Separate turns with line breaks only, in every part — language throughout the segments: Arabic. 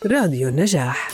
راديو النجاح.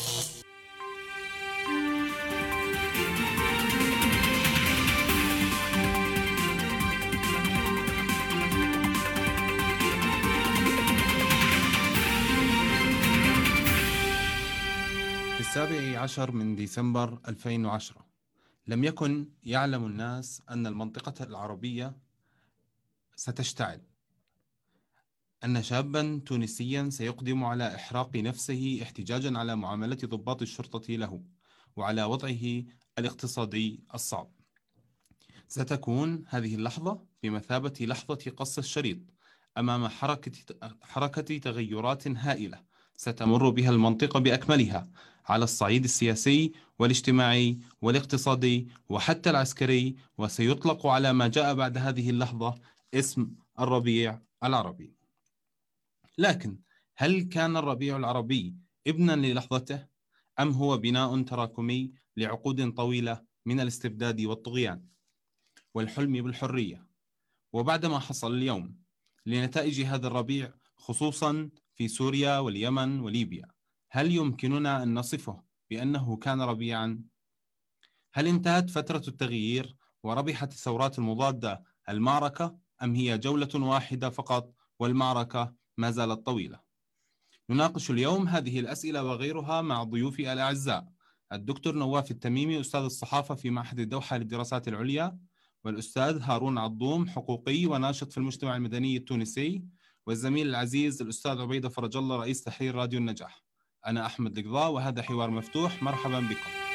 في 17 من ديسمبر 2010 لم يكن يعلم الناس أن المنطقة العربية ستشتعل، أن شاباً تونسياً سيقدم على إحراق نفسه احتجاجاً على معاملة ضباط الشرطة له وعلى وضعه الاقتصادي الصعب. ستكون هذه اللحظة بمثابة لحظة قص الشريط أمام حركة تغيرات هائلة ستمر بها المنطقة بأكملها على الصعيد السياسي والاجتماعي والاقتصادي وحتى العسكري، وسيطلق على ما جاء بعد هذه اللحظة اسم الربيع العربي. لكن هل كان الربيع العربي ابناً للحظته، أم هو بناء تراكمي لعقود طويلة من الاستبداد والطغيان والحلم بالحرية؟ وبعد ما حصل اليوم لنتائج هذا الربيع خصوصا في سوريا واليمن وليبيا، هل يمكننا أن نصفه بأنه كان ربيعا؟ هل انتهت فترة التغيير وربحت الثورات المضادة المعركة، أم هي جولة واحدة فقط والمعركة ما زالت طويلة؟ نناقش اليوم هذه الأسئلة وغيرها مع ضيوفي الأعزاء: الدكتور نواف التميمي أستاذ الصحافة في معهد الدوحة للدراسات العليا، والأستاذ هارون عضوم حقوقي وناشط في المجتمع المدني التونسي، والزميل العزيز الأستاذ عبيدة فرج الله رئيس تحرير راديو النجاح. أنا أحمد القضاء وهذا حوار مفتوح. مرحبا بكم.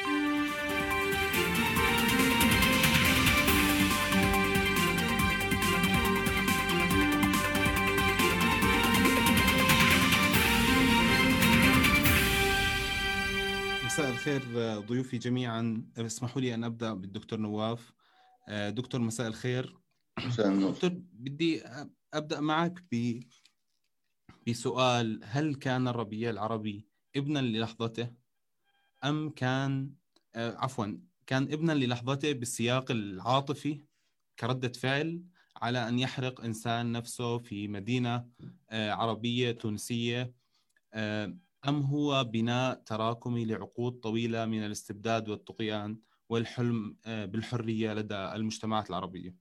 مساء الخير ضيوفي جميعا. اسمحوا لي أن أبدأ بالدكتور نواف. دكتور مساء الخير. دكتور، بدي أبدأ معك بسؤال: هل كان الربيع العربي ابنا للحظته، أم كان كان ابنا للحظته بالسياق العاطفي كردة فعل على أن يحرق إنسان نفسه في مدينة عربية تونسية، أم هو بناء تراكمي لعقود طويلة من الاستبداد والطغيان والحلم بالحرية لدى المجتمعات العربية؟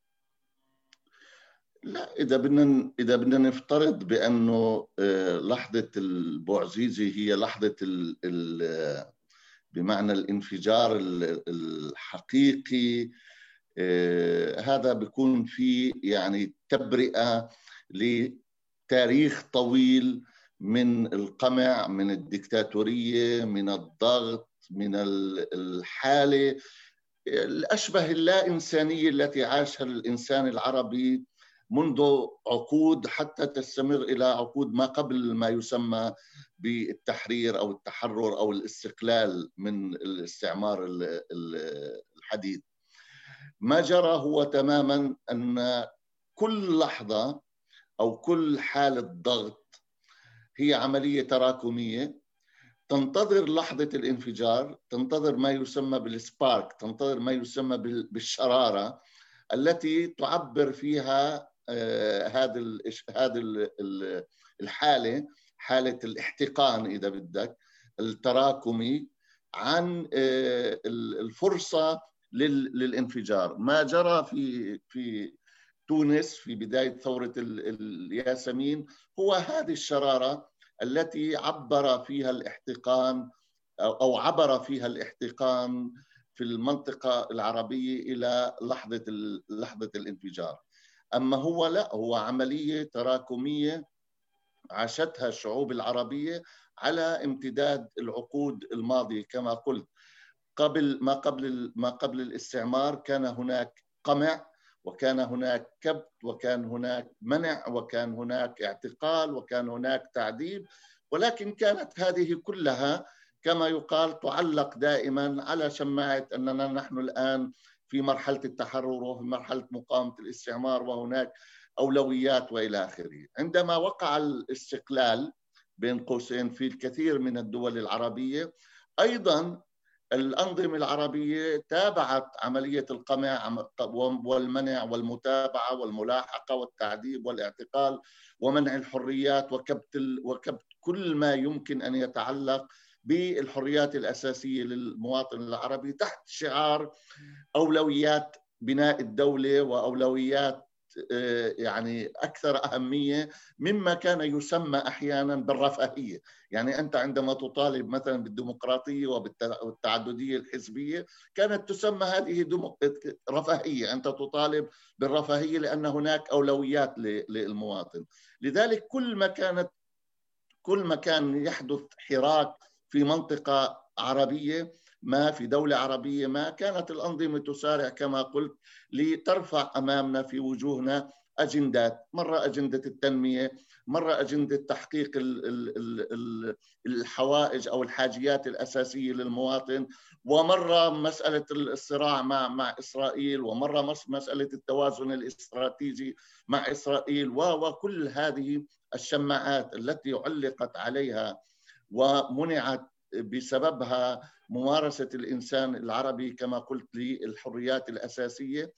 لا، إذا بدنا نفترض بأنه لحظة البوعزيزي هي لحظة بمعنى الانفجار الحقيقي، هذا بيكون في يعني تبرئة لتاريخ طويل من القمع، من الدكتاتورية، من الضغط، من الحالة الأشبه اللا إنسانية التي عاشها الإنسان العربي منذ عقود حتى تستمر إلى عقود ما قبل ما يسمى بالتحرير أو التحرر أو الاستقلال من الاستعمار الحديث. ما جرى هو تماما أن كل لحظة أو كل حالة ضغط هي عملية تراكمية تنتظر لحظة الانفجار، تنتظر ما يسمى بالسبارك، تنتظر ما يسمى بالشرارة التي تعبر فيها هذه الحالة، حالة الاحتقان إذا بدك التراكمي، عن الفرصة للانفجار. ما جرى في تونس في بداية ثورة الياسمين هو هذه الشرارة التي عبر فيها الاحتقان أو عبر فيها الاحتقان في المنطقة العربية إلى لحظة الانفجار. أما هو لا، هو عملية تراكمية عاشتها الشعوب العربية على امتداد العقود الماضية. كما قلت، ما قبل الاستعمار كان هناك قمع، وكان هناك كبت، وكان هناك منع، وكان هناك اعتقال، وكان هناك تعذيب، ولكن كانت هذه كلها كما يقال تعلق دائما على شماعة أننا نحن الآن في مرحلة التحرر وفي مرحلة مقاومة الاستعمار وهناك أولويات وإلى آخره. عندما وقع الاستقلال بين قوسين في الكثير من الدول العربية، أيضا الأنظمة العربية تابعت عملية القمع والمنع والمتابعة والملاحقة والتعذيب والاعتقال ومنع الحريات وكبت كل ما يمكن أن يتعلق بالحريات الأساسية للمواطن العربي تحت شعار أولويات بناء الدولة وأولويات يعني أكثر أهمية مما كان يسمى أحيانا بالرفاهية. يعني أنت عندما تطالب مثلا بالديمقراطية والتعددية الحزبية كانت تسمى هذه رفاهية، أنت تطالب بالرفاهية لأن هناك أولويات للمواطن. لذلك كل ما كان يحدث حراك في منطقة عربية ما، في دولة عربية ما، كانت الأنظمة تسارع كما قلت لترفع أمامنا في وجوهنا أجندات، مرة أجندة التنمية، مرة أجندة تحقيق الحوائج أو الحاجيات الأساسية للمواطن، ومرة مسألة الصراع مع إسرائيل، ومرة مسألة التوازن الاستراتيجي مع إسرائيل، وكل هذه الشماعات التي علقت عليها ومنعت بسببها ممارسة الإنسان العربي كما قلت للحريات الأساسية،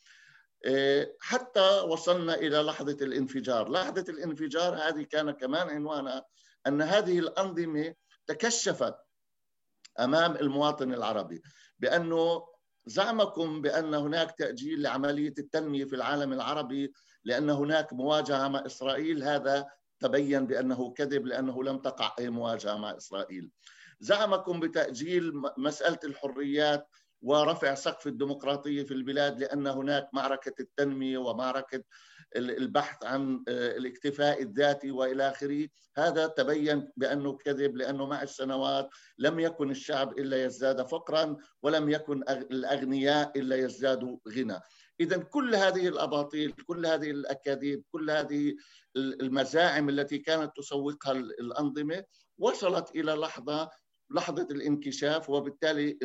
حتى وصلنا إلى لحظة الانفجار. لحظة الانفجار هذه كان كمان عنوانها أن هذه الأنظمة تكشفت أمام المواطن العربي بأنه زعمكم بأن هناك تأجيل لعملية التنمية في العالم العربي لأن هناك مواجهة مع إسرائيل، هذا تبين بأنه كذب لأنه لم تقع أي مواجهة مع إسرائيل. زعمكم بتأجيل مسألة الحريات ورفع سقف الديمقراطية في البلاد لأن هناك معركة التنمية ومعركة البحث عن الاكتفاء الذاتي وإلى آخره، هذا تبين بأنه كذب لأنه مع السنوات لم يكن الشعب إلا يزداد فقرا ولم يكن الأغنياء إلا يزدادوا غنى. إذا كل هذه الأباطيل، كل هذه الأكاذيب، كل هذه المزاعم التي كانت تسوقها الأنظمة وصلت إلى لحظة الانكشاف، وبالتالي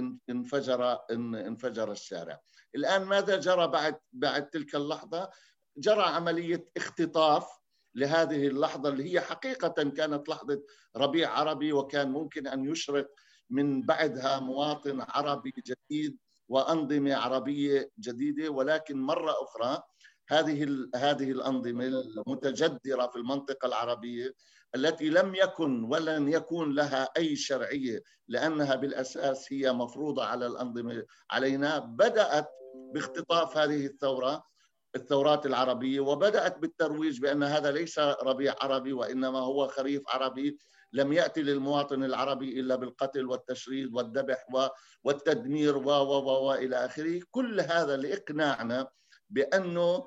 انفجر الشارع. الآن ماذا جرى بعد تلك اللحظة؟ جرى عملية اختطاف لهذه اللحظة اللي هي حقيقة كانت لحظة ربيع عربي، وكان ممكن أن يشرق من بعدها مواطن عربي جديد وأنظمة عربية جديدة. ولكن مرة أخرى هذه الأنظمة المتجذرة في المنطقة العربية التي لم يكن ولن يكون لها أي شرعية لأنها بالأساس هي مفروضة على الأنظمة علينا، بدأت باختطاف هذه الثورات العربية، وبدأت بالترويج بأن هذا ليس ربيع عربي وإنما هو خريف عربي لم يأتي للمواطن العربي إلا بالقتل والتشريد والذبح والتدمير وإلى آخره. كل هذا لإقناعنا بأنه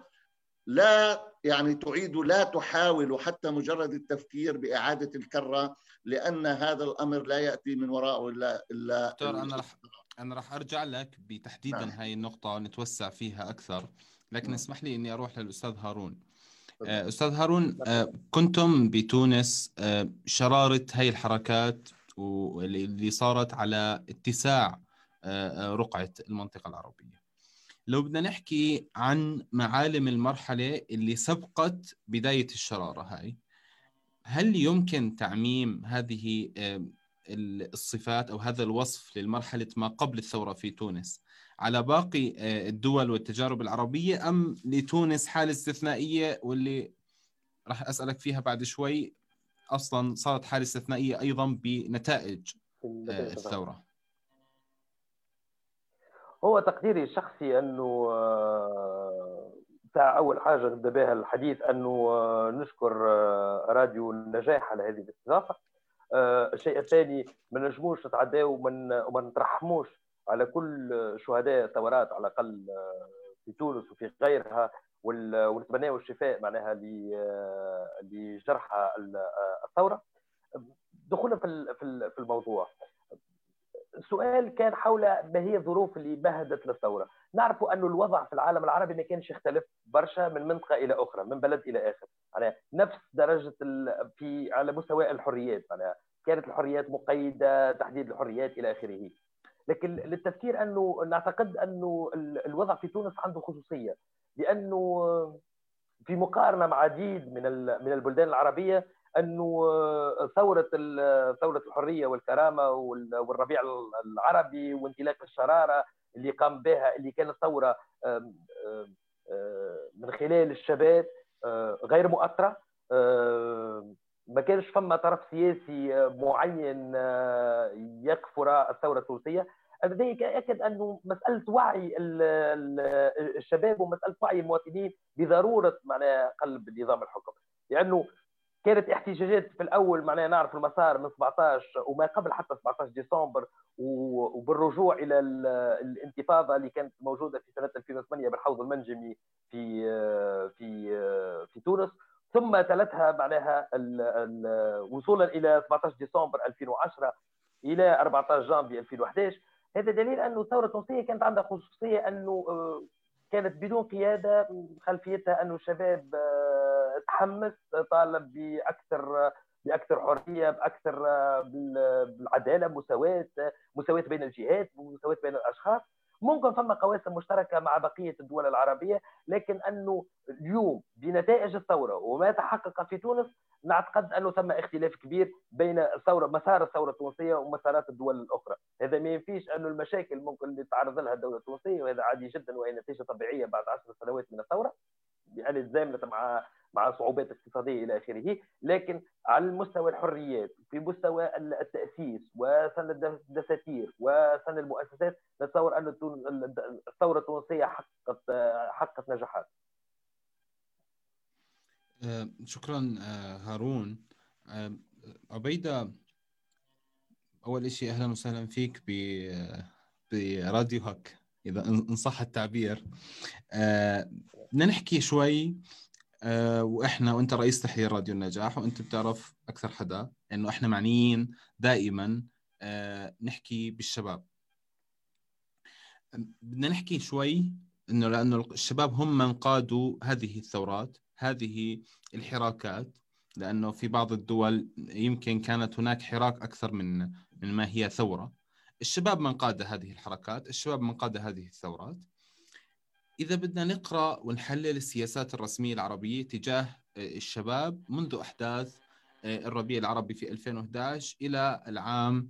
لا تحاول حتى مجرد التفكير بإعادة الكرة، لأن هذا الأمر لا يأتي من وراءه إلا
دكتور، أنا راح أرجع لك بتحديدا هاي النقطة ونتوسع فيها أكثر، لكن اسمح لي إني أروح للأستاذ هارون. أستاذ هارون، كنتم بتونس شرارة هاي الحركات واللي صارت على اتساع رقعة المنطقة العربية. لو بدنا نحكي عن معالم المرحلة اللي سبقت بداية الشرارة هاي، هل يمكن تعميم هذه الصفات أو هذا الوصف للمرحلة ما قبل الثورة في تونس على باقي الدول والتجارب العربية، أم لتونس حالة استثنائية واللي راح أسألك فيها بعد شوي أصلا صارت حالة استثنائية أيضا بنتائج الثورة؟
هو تقديري الشخصي أنه أول حاجة نبدأ بها الحديث أنه نشكر راديو النجاح على هذه الاستضافة. الشيء الثاني، ما نجموش نتعداو وما نترحموش على كل شهداء الثورات على الأقل في تونس وفي غيرها، ونتمنى الشفاء معناها لجرحى الثورة. دخولنا في الموضوع، السؤال كان حول ما هي الظروف اللي مهدت للثورة. نعرف أن الوضع في العالم العربي ما كانش يختلف برشا من منطقة إلى أخرى، من بلد إلى آخر، يعني نفس درجة على مستوى الحريات، يعني كانت الحريات مقيدة، تحديد الحريات إلى آخره. لكن للتفكير أنه نعتقد أنه الوضع في تونس عنده خصوصية، لأنه في مقارنة مع عديد من البلدان العربية انه ثوره الحريه والكرامه والربيع العربي وانطلاق الشراره اللي قام بها، اللي كانت ثوره من خلال الشباب غير مؤثره، ما كانش فما طرف سياسي معين يقف وراء الثوره التونسيه. ذلك يؤكد انه مساله وعي الشباب ومساله وعي المواطنين بضروره معناها قلب نظام الحكم، لانه كانت احتجاجات في الاول معناها نعرف المسار من 17 وما قبل حتى 17 ديسمبر، وبالرجوع الى الانتفاضه اللي كانت موجوده في سنه 2008 بالحوض المنجمي في في في تونس، ثم تلتها معناها وصولا الى 17 ديسمبر 2010 الى 14 جانفي 2011. هذا دليل انه الثوره التونسيه كانت عندها خصوصيه انه كانت بدون قياده، خلفيتها انه الشباب تحمس، طالب باكثر حريه، باكثر بالعداله، مساواه بين الجهات، مساواه بين الاشخاص. ممكن فما قواسم مشتركه مع بقيه الدول العربيه، لكن انه اليوم بنتائج الثوره وما تحقق في تونس نعتقد انه ثم اختلاف كبير بين مسار الثوره التونسيه ومسارات الدول الاخرى. هذا ما ينفيش انه المشاكل ممكن اللي تعرض لها الدوله التونسيه، وهذا عادي جدا وهي نتيجه طبيعيه بعد 10 سنوات من الثوره، يعني تزامنت مع صعوبات اقتصاديه الى اخره، لكن على المستوى الحريات، في مستوى التاسيس وسن الدساتير وسن المؤسسات، نتصور ان الثوره التونسيه حققت نجاحات.
شكرا هارون. عبيدة، أول شيء أهلا وسهلا فيك براديو هاك إذا إن صح التعبير. بدنا نحكي شوي وإحنا وإنت رئيس تحرير راديو النجاح، وإنت بتعرف أكثر حدا إنه إحنا معنيين دائما نحكي بالشباب. بدنا نحكي شوي إنه لأنه الشباب هم من قادوا هذه الثورات، هذه الحراكات، لأنه في بعض الدول يمكن كانت هناك حراك أكثر من ما هي ثورة. الشباب من قاد هذه الحركات، الشباب من قاد هذه الثورات. إذا بدنا نقرأ ونحلل السياسات الرسمية العربية تجاه الشباب منذ أحداث الربيع العربي في 2011 إلى العام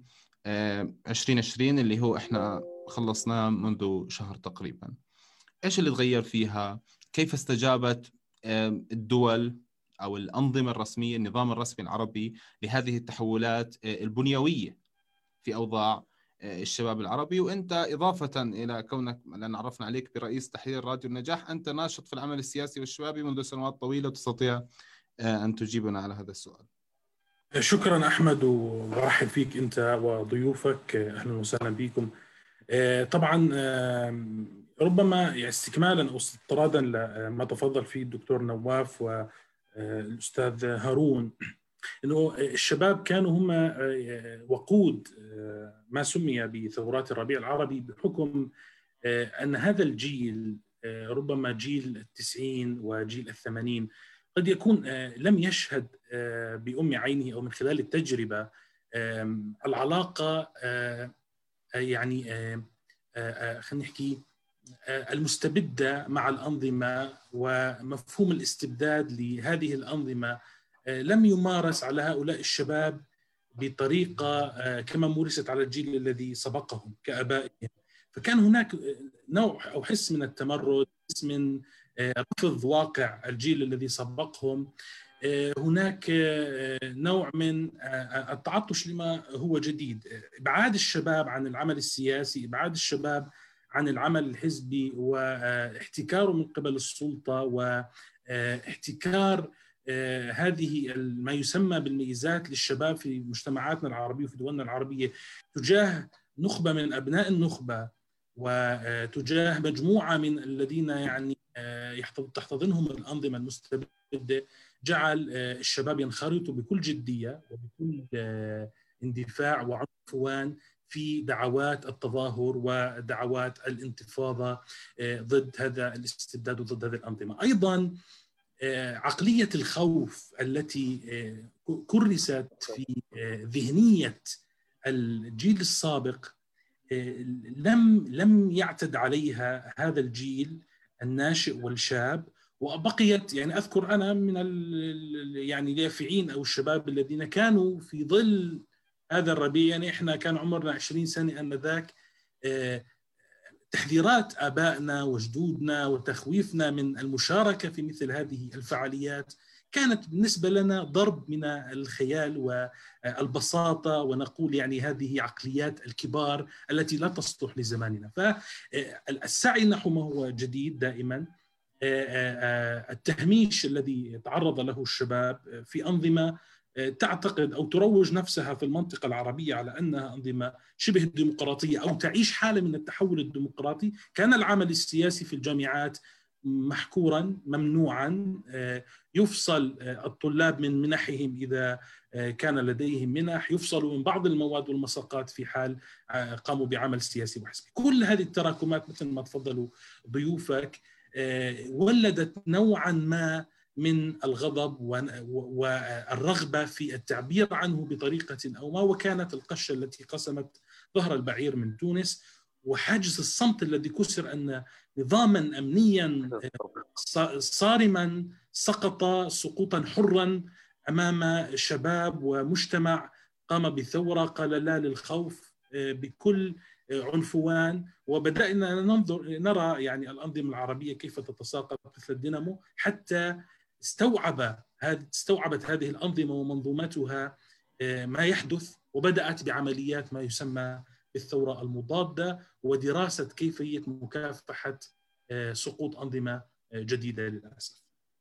2020 اللي هو إحنا خلصناه منذ شهر تقريبا، إيش اللي تغير فيها؟ كيف استجابت الدول أو الأنظمة الرسمية، النظام الرسمي العربي لهذه التحولات البنيوية في أوضاع الشباب العربي؟ وأنت إضافة إلى كونك، لأن عرفنا عليك برئيس تحرير راديو النجاح، أنت ناشط في العمل السياسي والشبابي منذ سنوات طويلة، وتستطيع أن تجيبنا على هذا السؤال.
شكرا أحمد، وأرحب فيك أنت وضيوفك، أهلا وسهلا بكم. طبعا ربما استكمالا أو استطرادا لما تفضل فيه الدكتور نواف والأستاذ هارون، إنه الشباب كانوا هم وقود ما سمي بثورات الربيع العربي، بحكم أن هذا الجيل ربما جيل 90 وجيل 80 قد يكون لم يشهد بأم عينه أو من خلال التجربة العلاقة يعني خلينا نحكي المستبدة مع الأنظمة، ومفهوم الاستبداد لهذه الأنظمة لم يمارس على هؤلاء الشباب بطريقة كما مورست على الجيل الذي سبقهم كآبائهم. فكان هناك نوع أو حس من التمرد، حس من رفض واقع الجيل الذي سبقهم، هناك نوع من التعطش لما هو جديد، إبعاد الشباب عن العمل السياسي، إبعاد الشباب عن العمل الحزبي، واحتكاره من قبل السلطة، واحتكار هذه ما يسمى بالميزات للشباب في مجتمعاتنا العربية وفي دولنا العربية تجاه نخبة من أبناء النخبة، وتجاه مجموعة من الذين يعني تحتضنهم الأنظمة المستبدة، جعل الشباب ينخرطوا بكل جدية وبكل اندفاع وعنفوان في دعوات التظاهر ودعوات الانتفاضة ضد هذا الاستبداد وضد هذه الأنظمة. أيضا عقلية الخوف التي كرست في ذهنية الجيل السابق لم يعتد عليها هذا الجيل الناشئ والشاب، وبقيت يعني أذكر أنا من يعني اليافعين أو الشباب الذين كانوا في ظل هذا الربيع، يعني إحنا كان عمرنا 20 سنة آنذاك، تحذيرات آبائنا وجدودنا وتخويفنا من المشاركة في مثل هذه الفعاليات كانت بالنسبة لنا ضرب من الخيال والبساطة، ونقول يعني هذه عقليات الكبار التي لا تصلح لزماننا. فالسعي نحو ما هو جديد دائما، التهميش الذي تعرض له الشباب في أنظمة تعتقد أو تروج نفسها في المنطقة العربية على أنها أنظمة شبه ديمقراطية أو تعيش حالة من التحول الديمقراطي، كان العمل السياسي في الجامعات محكورا ممنوعا، يفصل الطلاب من منحهم إذا كان لديهم منح، يفصلوا من بعض المواد والمساقات في حال قاموا بعمل سياسي وحزبي. كل هذه التراكمات مثل ما تفضلوا ضيوفك ولدت نوعا ما من الغضب والرغبة في التعبير عنه بطريقة أو ما، وكانت القشة التي قسمت ظهر البعير من تونس وحاجز الصمت الذي كسر أن نظاما أمنيا صارما سقط سقوطا حرا أمام شباب ومجتمع قام بثورة قال لا للخوف بكل عنفوان. وبدأنا نرى يعني الأنظمة العربية كيف تتساقط مثل الدينامو، حتى استوعبت هذه الأنظمة ومنظوماتها ما يحدث، وبدأت بعمليات ما يسمى بالثورة المضادة ودراسة كيفية مكافحة سقوط أنظمة جديدة للأسف.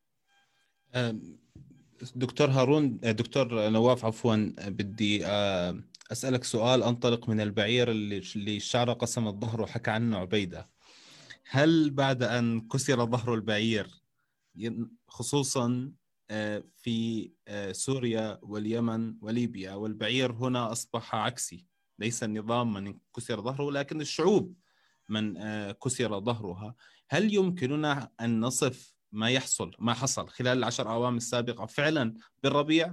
دكتور هارون، دكتور نواف عفوا، بدي أسألك سؤال أنطلق من البعير اللي الشعر قسم الظهر وحكى عنه عبيدة. هل بعد أن كسر ظهر البعير خصوصا في سوريا واليمن وليبيا، والبعير هنا أصبح عكسي، ليس النظام من كسر ظهره لكن الشعوب من كسر ظهرها، هل يمكننا أن نصف ما حصل خلال 10 أعوام السابقة فعلا بالربيع؟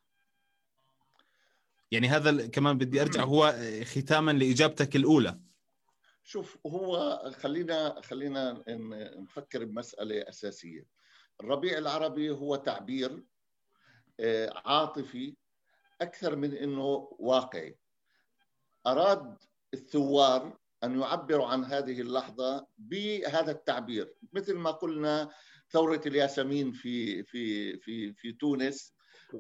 يعني هذا كمان بدي أرجع هو ختاما لإجابتك الأولى.
شوف، هو خلينا نفكر بمسألة أساسية. الربيع العربي هو تعبير عاطفي أكثر من أنه واقعي. أراد الثوار أن يعبروا عن هذه اللحظة بهذا التعبير، مثل ما قلنا ثورة الياسمين في تونس،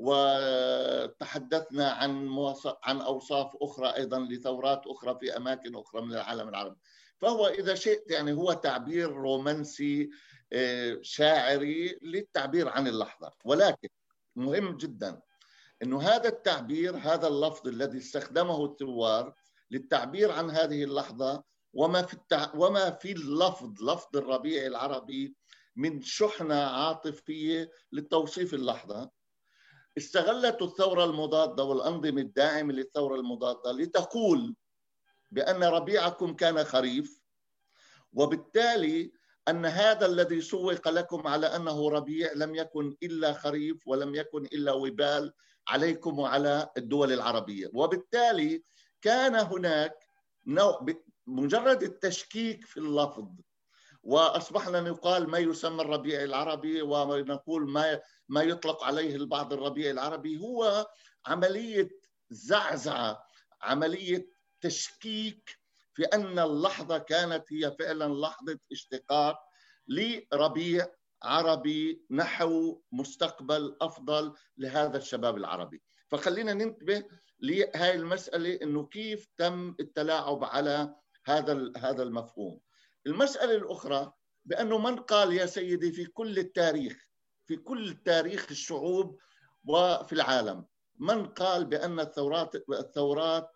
وتحدثنا عن أوصاف أخرى أيضا لثورات أخرى في أماكن أخرى من العالم العربي. فهو إذا شئت يعني هو تعبير رومانسي شاعري للتعبير عن اللحظة، ولكن مهم جدا أنه هذا التعبير، هذا اللفظ الذي استخدمه الثوار للتعبير عن هذه اللحظة وما في لفظ الربيع العربي من شحنة عاطفية للتوصيف اللحظة، استغلت الثورة المضادة والأنظمة الداعمة للثورة المضادة لتقول بأن ربيعكم كان خريف، وبالتالي أن هذا الذي سوق لكم على أنه ربيع لم يكن إلا خريف ولم يكن إلا وبال عليكم وعلى الدول العربية. وبالتالي كان هناك نوع مجرد التشكيك في اللفظ، وأصبحنا نقال ما يسمى الربيع العربي ونقول ما يطلق عليه البعض الربيع العربي، هو عملية زعزعة، عملية تشكيك في أن اللحظة كانت هي فعلا لحظة اشتقاق لربيع عربي نحو مستقبل أفضل لهذا الشباب العربي. فخلينا ننتبه لهذه المسألة، إنه كيف تم التلاعب على هذا المفهوم. المسألة الأخرى بأنه من قال يا سيدي في كل تاريخ الشعوب وفي العالم، من قال بأن الثورات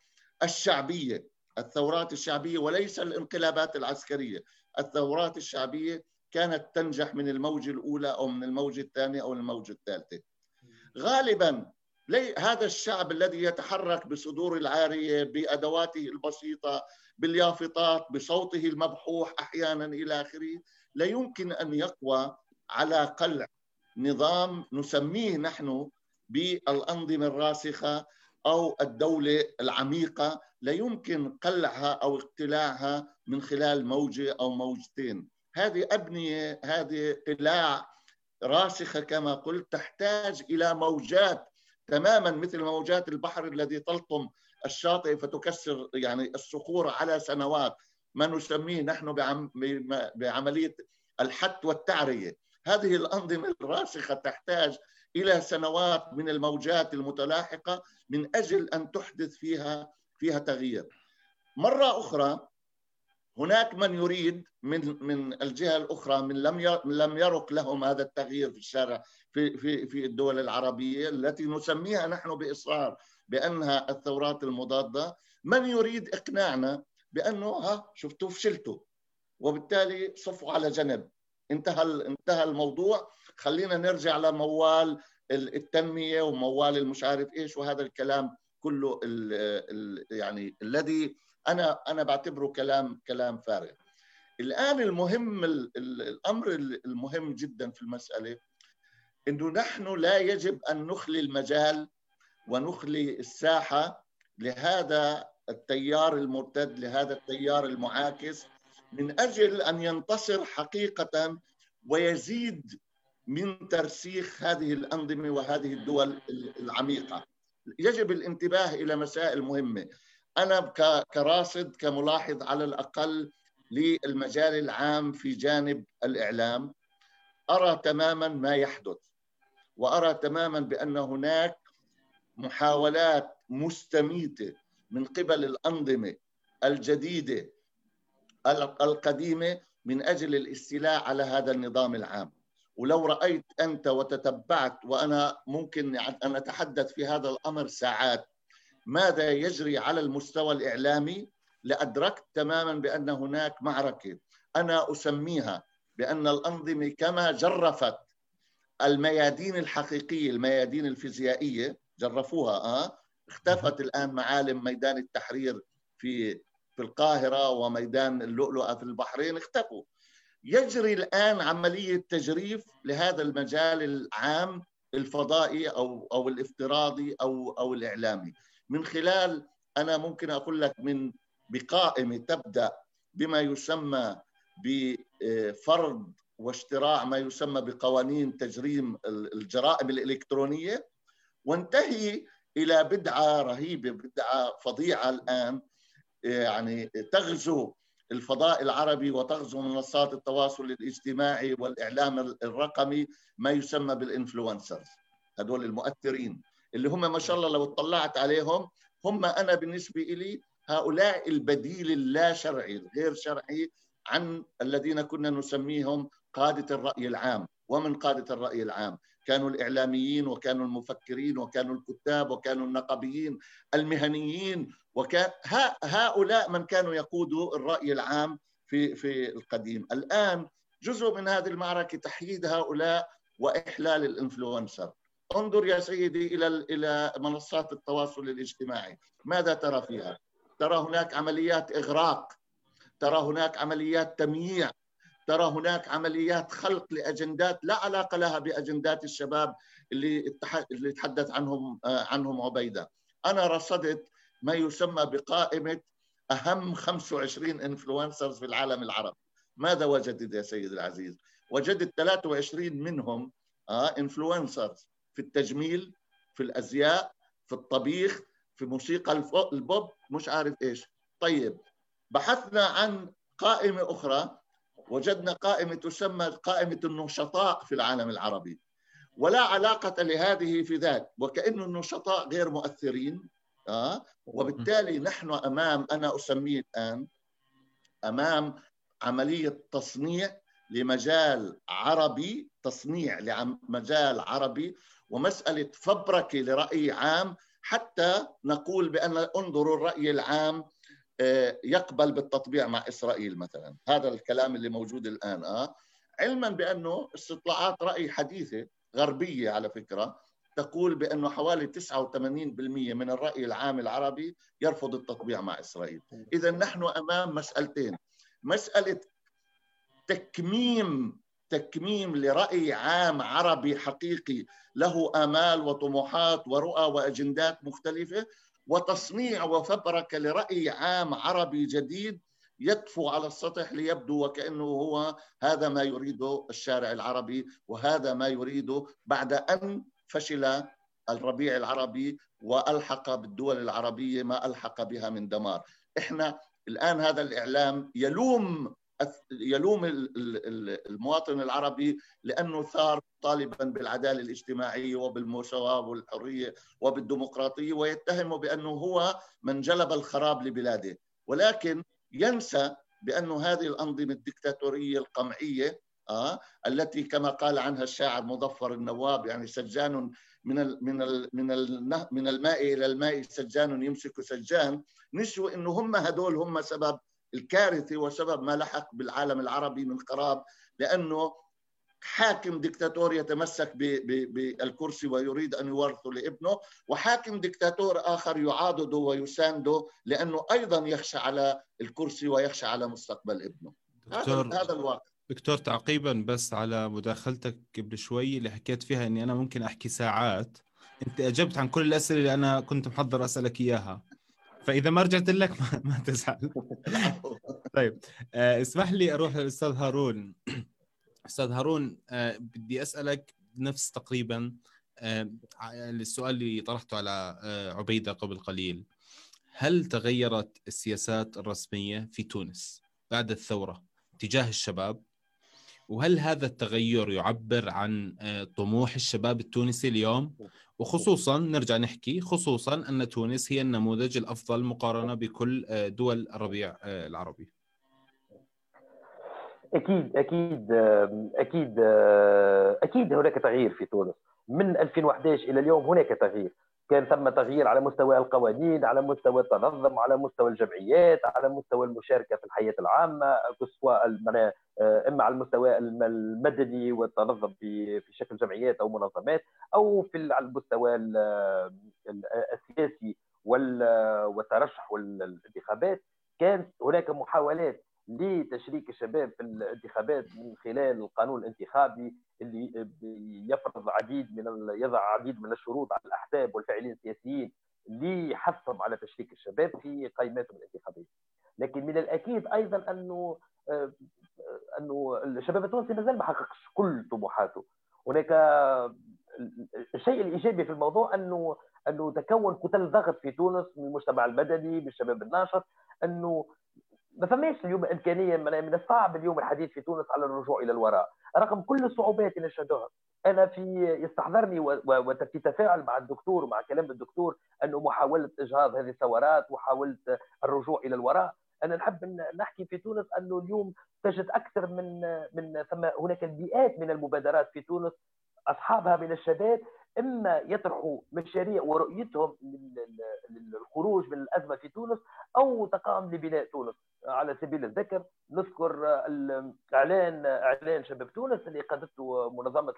الشعبية وليس الانقلابات العسكرية، الثورات الشعبية كانت تنجح من الموجة الأولى أو من الموجة الثانية أو الموجة الثالثة. غالبا هذا الشعب الذي يتحرك بصدور العارية بأدواته البسيطة باليافطات بصوته المبحوح أحيانا إلى آخره، لا يمكن أن يقوى على قلع نظام نسميه نحن بالأنظمة الراسخة أو الدولة العميقة، لا يمكن قلعها أو اقتلاعها من خلال موجة أو موجتين. هذه أبنية، هذه قلاع راسخة كما قلت، تحتاج إلى موجات تماما مثل موجات البحر الذي تلطم الشاطئ فتكسر يعني الصخور على سنوات، ما نسميه نحن بعملية الحت والتعرية. هذه الأنظمة الراسخة تحتاج إلى سنوات من الموجات المتلاحقة من أجل أن تحدث فيها تغيير. مرة أخرى هناك من يريد من الجهة الأخرى من لم يرق لهم هذا التغيير في الشارع في الدول العربية التي نسميها نحن بإصرار بأنها الثورات المضادة، من يريد إقناعنا بأنه شفتوا فشلتوا وبالتالي صفوا على جنب، انتهى الموضوع، خلينا نرجع لموال التنمية وموال المش عارف إيش، وهذا الكلام كله يعني الذي أنا بعتبره كلام فارغ. الآن الأمر المهم جدا في المسألة إنه نحن لا يجب أن نخلي المجال ونخلي الساحة لهذا التيار المرتد، لهذا التيار المعاكس، من أجل أن ينتصر حقيقة ويزيد من ترسيخ هذه الأنظمة وهذه الدول العميقة. يجب الانتباه إلى مسائل مهمة. أنا كراصد كملاحظ على الأقل للمجال العام في جانب الإعلام أرى تماما ما يحدث، وأرى تماما بأن هناك محاولات مستميتة من قبل الأنظمة الجديدة القديمة من أجل الاستيلاء على هذا النظام العام. ولو رأيت أنت وتتبعت، وأنا ممكن أن أتحدث في هذا الأمر ساعات، ماذا يجري على المستوى الإعلامي، لأدركت تماما بأن هناك معركة أنا أسميها بأن الأنظمة كما جرفت الميادين الحقيقية، الميادين الفيزيائية جرفوها، اختفت الآن معالم ميدان التحرير في القاهرة وميدان اللؤلؤة في البحرين، اختفوا. يجري الآن عملية تجريف لهذا المجال العام الفضائي أو الافتراضي أو الإعلامي، من خلال أنا ممكن أقول لك بقائمة تبدأ بما يسمى بفرض واشتراع ما يسمى بقوانين تجريم الجرائم الإلكترونية، وانتهي إلى بدعة رهيبة، بدعة فظيعة الآن يعني تغزو الفضاء العربي وتغزو منصات التواصل الاجتماعي والإعلام الرقمي، ما يسمى بالإنفلونسرز، هذول المؤثرين اللي هم ما شاء الله لو اطلعت عليهم هم أنا بالنسبة لي هؤلاء البديل اللا شرعي الغير شرعي عن الذين كنا نسميهم قادة الرأي العام. ومن قادة الرأي العام كانوا الإعلاميين، وكانوا المفكرين، وكانوا الكتاب، وكانوا النقابيين المهنيين، هؤلاء من كانوا يقودوا الرأي العام في القديم. الآن جزء من هذه المعركة تحييد هؤلاء وإحلال الإنفلونسر. انظر يا سيدي إلى منصات التواصل الاجتماعي، ماذا ترى فيها؟ ترى هناك عمليات إغراق، ترى هناك عمليات تمييع، ترى هناك عمليات خلق لأجندات لا علاقة لها بأجندات الشباب اللي تحدث عنهم عبيدة. أنا رصدت ما يسمى بقائمة أهم 25 إنفلونسرز في العالم العربي. ماذا وجدت يا سيد العزيز؟ وجدت 23 منهم إنفلونسرز في التجميل، في الأزياء، في الطبيخ، في موسيقى البوب، مش عارف إيش. طيب بحثنا عن قائمة أخرى، وجدنا قائمة تسمى قائمة النشطاء في العالم العربي، ولا علاقة لهذه في ذاك، وكأن النشطاء غير مؤثرين. وبالتالي نحن أنا أسميه الآن أمام عملية تصنيع لمجال عربي، تصنيع لمجال عربي، ومسألة فبركة لرأي عام، حتى نقول بأن انظروا الرأي العام يقبل بالتطبيع مع إسرائيل مثلا. هذا الكلام اللي موجود الآن، علما بأنه استطلاعات رأي حديثة غربية على فكرة تقول بأنه حوالي 89% من الرأي العام العربي يرفض التطبيع مع إسرائيل. إذا نحن أمام مسألتين: مسألة تكميم لرأي عام عربي حقيقي له آمال وطموحات ورؤى وأجندات مختلفة، وتصنيع وفبركة لرأي عام عربي جديد يطفو على السطح ليبدو وكأنه هو هذا ما يريده الشارع العربي، وهذا ما يريده بعد أن فشل الربيع العربي وألحق بالدول العربية ما ألحق بها من دمار. إحنا الآن هذا الإعلام يلوم المواطن العربي لأنه ثار طالبا بالعدالة الاجتماعية وبالمساواة والحرية وبالديمقراطية، ويتهمه بأنه هو من جلب الخراب لبلاده، ولكن ينسى بأنه هذه الأنظمة الدكتاتورية القمعية التي كما قال عنها الشاعر مظفر النواب، يعني سجان من الماء إلى الماء سجان يمسك سجان، نسوا إنه هم سبب الكارثة وسبب ما لحق بالعالم العربي من خراب، لأنه حاكم دكتاتور يتمسك بالكرسي ويريد أن يورثه لابنه، وحاكم دكتاتور آخر يعاضده ويسانده لأنه أيضا يخشى على الكرسي ويخشى على مستقبل ابنه. هذا الواقع.
دكتور، تعقيبا بس على مداخلتك قبل شوي اللي حكيت فيها اني انا ممكن احكي ساعات، انت اجبت عن كل الاسئله اللي انا كنت محضر اسالك اياها، فاذا ما رجعت لك ما تزعل. طيب اسمح لي اروح للاستاذ هارون. استاذ هارون، بدي اسالك نفس تقريبا السؤال اللي طرحته على عبيده قبل قليل. هل تغيرت السياسات الرسميه في تونس بعد الثوره تجاه الشباب؟ وهل هذا التغير يعبر عن طموح الشباب التونسي اليوم؟ وخصوصا نرجع نحكي خصوصا أن تونس هي النموذج الأفضل مقارنة بكل دول الربيع العربي.
أكيد أكيد أكيد أكيد هناك تغيير في تونس من 2011 إلى اليوم. هناك تغيير، كان ثم تغيير على مستوى القوانين، على مستوى التنظم، على مستوى الجمعيات، على مستوى المشاركة في الحياة العامة، سواء إما على المستوى المدني والتنظم في شكل جمعيات أو منظمات، أو على المستوى السياسي والترشح والانتخابات. كانت هناك محاولات لتشريك الشباب في الانتخابات من خلال القانون الانتخابي اللي يضع عديد من الشروط على الاحزاب والفاعلين السياسيين لحثهم على تشريك الشباب في قائماتهم الانتخابيه. لكن من الاكيد ايضا انه الشباب التونسي مازال ما حققش كل طموحاته. هناك الشيء الايجابي في الموضوع انه تكون كتل ضغط في تونس من المجتمع المدني بالشباب الناشط، انه ما فماش اليوم امكانيه، من الصعب اليوم الحديث في تونس على الرجوع الى الوراء رغم كل الصعوبات اللي نشهدها. انا يستحضرني وفي تفاعل مع الدكتور ومع كلام الدكتور انه محاوله اجهاض هذه الثورات ومحاوله الرجوع الى الوراء. انا نحب نحكي في تونس انه اليوم تجد اكثر من ثم هناك المئات من المبادرات في تونس اصحابها من الشباب اما يطرحوا مشاريع ورؤيتهم للخروج من الازمه في تونس او تقام لبناء تونس. على سبيل الذكر نذكر اعلان شباب تونس اللي قادته منظمه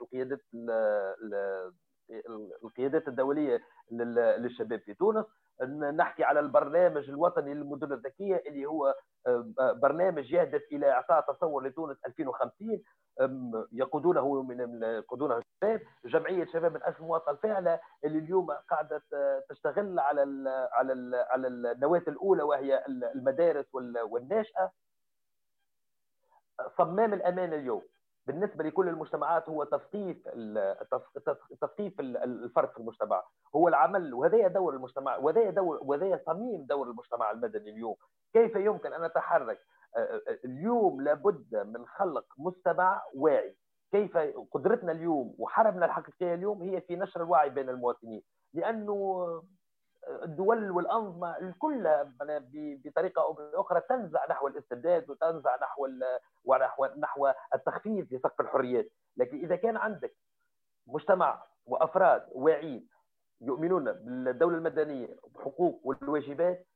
القيادات الدوليه للشباب في تونس. نحكي على البرنامج الوطني للمدن الذكيه اللي هو برنامج يهدف الى اعطاء تصور لتونس 2050 يقودونه الشباب. جمعيه شباب من أجل المواطنه الفاعله اللي اليوم قاعده تشتغل على النواه الاولى وهي المدارس والناشئه. صمام الامان اليوم بالنسبه لكل المجتمعات هو تثقيف الفرد في المجتمع، هو العمل، وهذا دور المجتمع وهذا صميم دور المجتمع المدني اليوم. كيف يمكن ان نتحرك اليوم؟ لابد من خلق مجتمع واعي. كيف قدرتنا اليوم وحربنا الحقيقيه اليوم هي في نشر الوعي بين المواطنين، لانه الدول والانظمه كلها بطريقه او باخرى تنزع نحو الاستبداد وتنزع نحو التخفيض في سقف الحريات. لكن اذا كان عندك مجتمع وافراد واعيين يؤمنون بالدوله المدنيه وبحقوق والواجبات،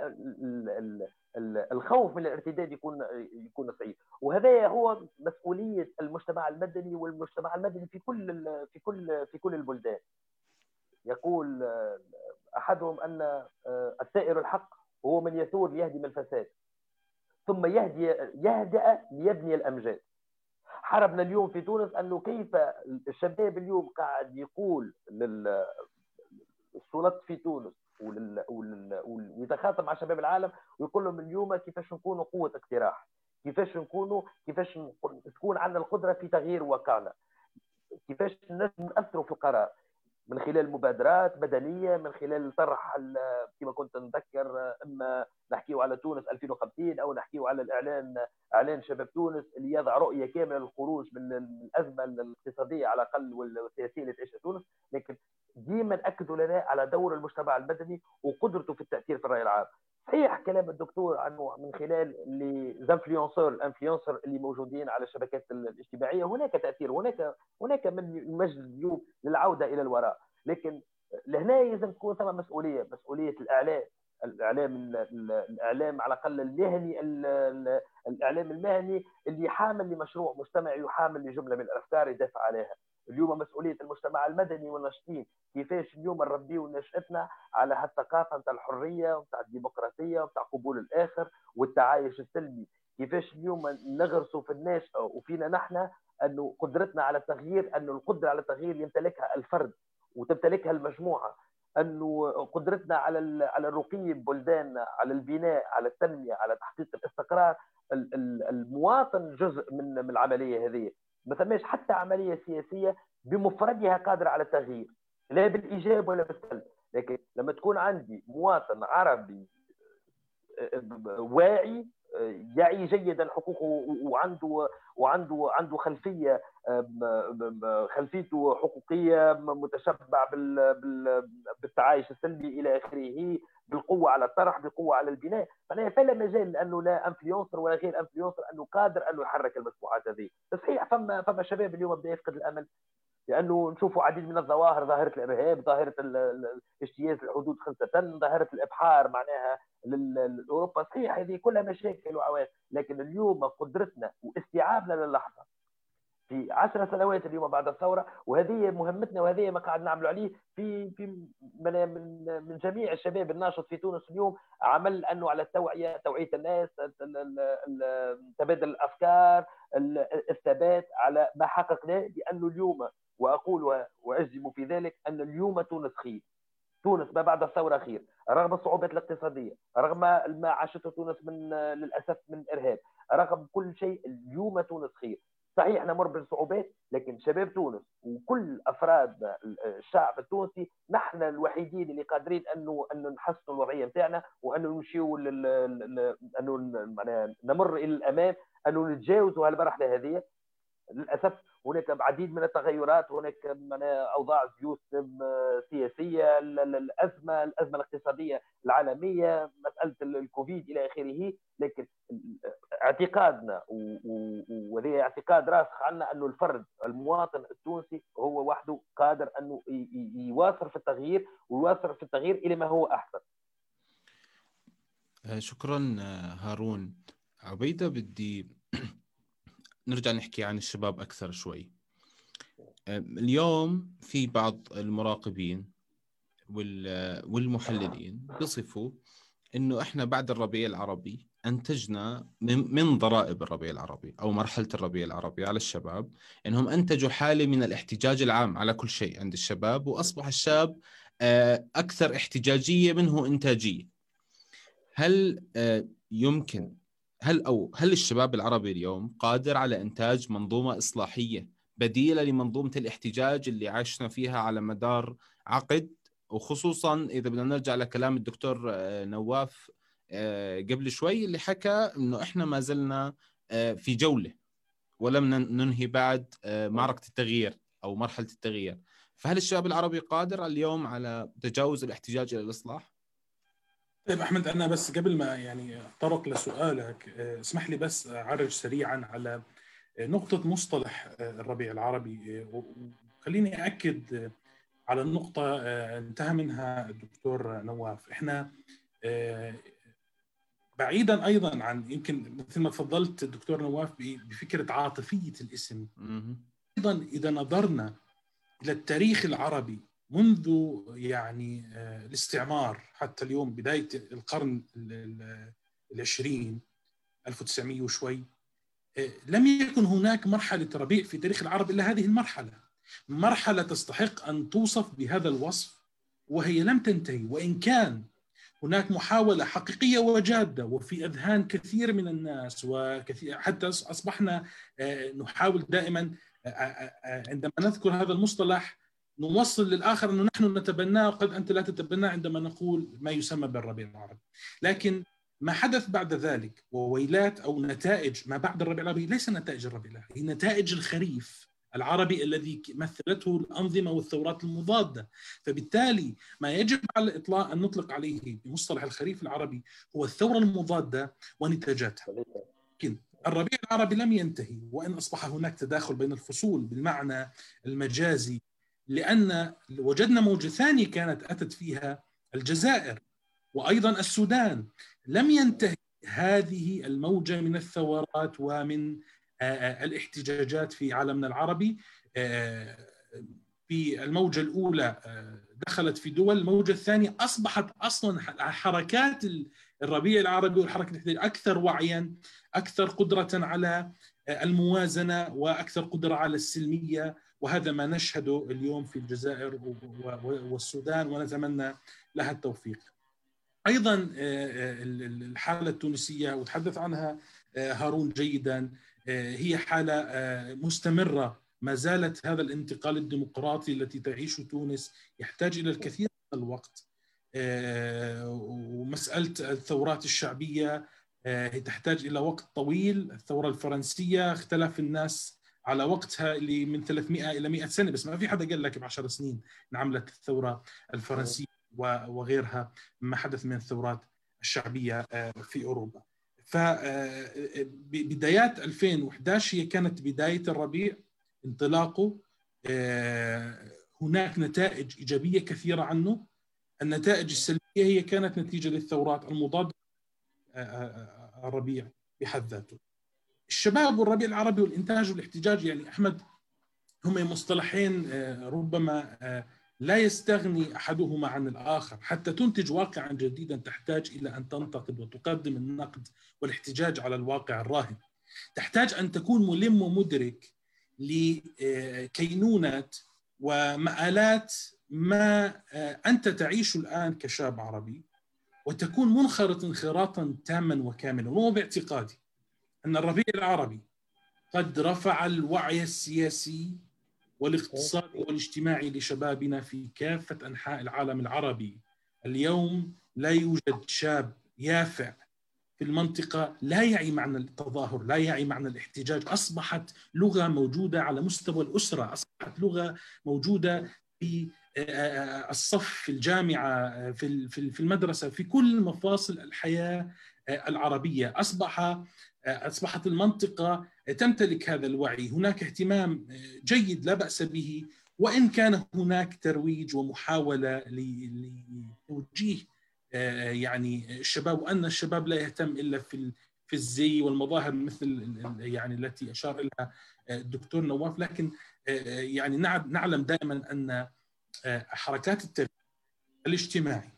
الخوف من الارتداد يكون صعيب. وهذا هو مسؤوليه المجتمع المدني، والمجتمع المدني في كل البلدان. يقول احدهم ان السائر الحق هو من يثور ليهدم الفساد ثم يهدأ ليبني الامجاد. حربنا اليوم في تونس انه كيف الشباب اليوم قاعد يقول للسلطات في تونس يتخاطب مع شباب العالم ويقول لهم اليوم كيفاش نكونوا قوه اقتراح، كيفاش تكون عندنا القدره في تغيير واقعنا، كيفاش الناس نأثروا في القرار من خلال مبادرات مدنيه، من خلال طرح كما كنت نذكر اما نحكيو على تونس 2050 او نحكيو على اعلان شباب تونس اللي يضع رؤيه كامله للخروج من الازمه الاقتصاديه على الاقل والسياسيه اللي تعيشها تونس. لكن ديما اكدوا لنا على دور المجتمع المدني وقدرته في التاثير في الراي العام. صحيح كلام الدكتور عنه من خلال الانفلونسر اللي موجودين على الشبكات الاجتماعيه هناك تاثير، هناك من يمجد اليوم للعوده الى الوراء، لكن لهنا لازم تكون ثم مسؤوليه الاعلام على الاقل المهني، الاعلام المهني اللي حامل لمشروع مجتمعي وحامل لجمله من الافكار يدافع عليها. اليوم مسؤوليه المجتمع المدني والناشطين كيفاش اليوم نربيو نشأتنا على هالثقافه نتاع الحريه ونتاع الديمقراطيه ونتاع قبول الاخر والتعايش السلمي، كيفاش اليوم نغرسوا في الناشئه وفينا نحن انه قدرتنا على التغيير، انه القدره على التغيير يمتلكها الفرد وتمتلكها المجموعه، انه قدرتنا على الرقي ببلداننا، على البناء، على التنميه، على تحقيق الاستقرار. المواطن جزء من العمليه هذه، ما ثماش حتى عمليه سياسيه بمفردها قادره على التغيير لا بالايجاب ولا بالسلب. لكن لما تكون عندي مواطن عربي واعي يعي جيدا حقوقه وعنده خلفيته حقوقيه متشبع بالتعايش السلمي الى اخره، بالقوه على الطرح، بالقوه على البناء، معناها فلا مجال انه لا انفلونسر ولا غير انفلونسر انه قادر انه يحرك المجموعات هذه. صحيح فما شباب اليوم بدا يفقد الامل، لانه نشوفوا عديد من الظواهر، ظاهره الارهاب، ظاهره اجتياز الحدود خلسه، ظاهره الابحار معناها لاوروبا. صحيح هذه كلها مشاكل وعوائق، لكن اليوم قدرتنا واستيعابنا للحظه في 10 سنوات اليوم بعد الثوره، وهذه مهمتنا وهذه ما قاعد نعملوا عليه في من جميع الشباب الناشط في تونس اليوم، عمل انه على توعيه الناس، تبادل الافكار، الثبات على ما حققناه، لانه اليوم واقول واجزم في ذلك ان اليوم تونس خير، تونس ما بعد الثوره خير، رغم الصعوبات الاقتصاديه، رغم ما عاشته تونس للاسف من ارهاب، رغم كل شيء اليوم تونس خير. صحيح نمر بالصعوبات، لكن شباب تونس وكل افراد الشعب التونسي نحن الوحيدين اللي قادرين انه نحسنوا الوضعيه نتاعنا، وانه نمشيوا انه نمر الى الامام، انه نتجاوزوا هالمرحله هذه. للاسف هناك العديد من التغيرات، هناك اوضاع زيوت سياسيه، الازمه الاقتصاديه العالميه، مساله الكوفيد الى اخره، لكن اعتقادنا وهذا اعتقاد راسخ عنا انه الفرد المواطن التونسي هو وحده قادر انه يواصل في التغيير ويواصل في التغيير الى ما هو احسن.
شكرا هارون. عبيدة، بدي نرجع نحكي عن الشباب أكثر شوي. اليوم في بعض المراقبين والمحللين بيصفوا إنه إحنا بعد الربيع العربي أنتجنا من ضرائب الربيع العربي أو مرحلة الربيع العربي على الشباب، إنهم أنتجوا حالة من الاحتجاج العام على كل شيء عند الشباب، وأصبح الشاب أكثر احتجاجية منه إنتاجية. هل يمكن هل الشباب العربي اليوم قادر على إنتاج منظومة إصلاحية بديلة لمنظومة الاحتجاج اللي عشنا فيها على مدار عقد؟ وخصوصا إذا بدنا نرجع لكلام الدكتور نواف قبل شوي اللي حكى إنه إحنا ما زلنا في جولة ولم ننهي بعد معركة التغيير أو مرحلة التغيير. فهل الشباب العربي قادر اليوم على تجاوز الاحتجاج إلى الإصلاح؟
طيب أحمد، أنا بس قبل ما أتطرق لسؤالك اسمح لي بس أعرج سريعا على نقطة مصطلح الربيع العربي، وخليني أكد على النقطة انتهى منها الدكتور نواف. إحنا بعيدا أيضا عن يمكن مثل ما تفضلت الدكتور نواف بفكرة عاطفية الاسم، أيضا إذا نظرنا إلى التاريخ العربي منذ الاستعمار حتى اليوم بداية القرن العشرين 1900 وشوي، لم يكن هناك مرحلة ربيع في تاريخ العرب إلا هذه المرحلة، مرحلة تستحق أن توصف بهذا الوصف، وهي لم تنتهي، وإن كان هناك محاولة حقيقية وجادة وفي أذهان كثير من الناس، وكثير حتى أصبحنا نحاول دائما عندما نذكر هذا المصطلح نوصل للآخر أنه نحن نتبناه وقد أنت لا تتبناه عندما نقول ما يسمى بالربيع العربي. لكن ما حدث بعد ذلك وويلات أو نتائج ما بعد الربيع العربي ليس نتائج الربيع العربي، هي نتائج الخريف العربي الذي مثلته الأنظمة والثورات المضادة. فبالتالي ما يجب على الإطلاق أن نطلق عليه بمصطلح الخريف العربي هو الثورة المضادة ونتاجاتها. لكن الربيع العربي لم ينتهي، وإن أصبح هناك تداخل بين الفصول بالمعنى المجازي، لأن وجدنا موجة ثانية كانت أتت فيها الجزائر وأيضا السودان. لم ينتهي هذه الموجة من الثورات ومن الاحتجاجات في عالمنا العربي. في الموجة الأولى دخلت في دول، الموجة الثانية أصبحت أصلا حركات الربيع العربي والحركة الاحتجاجية أكثر وعيا، أكثر قدرة على الموازنة وأكثر قدرة على السلمية، وهذا ما نشهده اليوم في الجزائر والسودان ونتمنى لها التوفيق. أيضا الحالة التونسية وتحدث عنها هارون جيدا، هي حالة مستمرة، ما زالت هذا الانتقال الديمقراطي التي تعيشه تونس يحتاج إلى الكثير من الوقت. ومسألة الثورات الشعبية تحتاج إلى وقت طويل. الثورة الفرنسية اختلف الناس على وقتها اللي من 300 إلى 100 سنة، بس ما في حدا قال لك ب10 سنين انعملت الثورة الفرنسية وغيرها ما حدث من الثورات الشعبية في أوروبا. فبدايات 2011 هي كانت بداية الربيع، انطلاقه. هناك نتائج إيجابية كثيرة عنه. النتائج السلبية هي كانت نتيجة للثورات المضادة الربيع بحد ذاته. الشباب والربيع العربي والإنتاج والاحتجاج، يعني أحمد، هم مصطلحين ربما لا يستغني أحدهما عن الآخر. حتى تنتج واقعا جديدا تحتاج إلى أن تنتقد وتقدم النقد والاحتجاج على الواقع الراهن. تحتاج أن تكون ملم ومدرك لكينونة ومآلات ما أنت تعيش الآن كشاب عربي، وتكون منخرط انخراطا تاما وكاملا. وهو باعتقادي أن الربيع العربي قد رفع الوعي السياسي والاقتصادي والاجتماعي لشبابنا في كافة أنحاء العالم العربي. اليوم لا يوجد شاب يافع في المنطقة لا يعي معنى التظاهر، لا يعي معنى الاحتجاج. أصبحت لغة موجودة على مستوى الأسرة، أصبحت لغة موجودة في الصف، في الجامعة، في المدرسة، في كل مفاصل الحياة العربية. أصبحت المنطقة تمتلك هذا الوعي. هناك اهتمام جيد لا بأس به، وإن كان هناك ترويج ومحاولة لتوجيه يعني الشباب، وأن الشباب لا يهتم إلا في الزي والمظاهر مثل يعني التي أشار إليها الدكتور نواف. لكن يعني نعلم دائما أن حركات التغيير الاجتماعي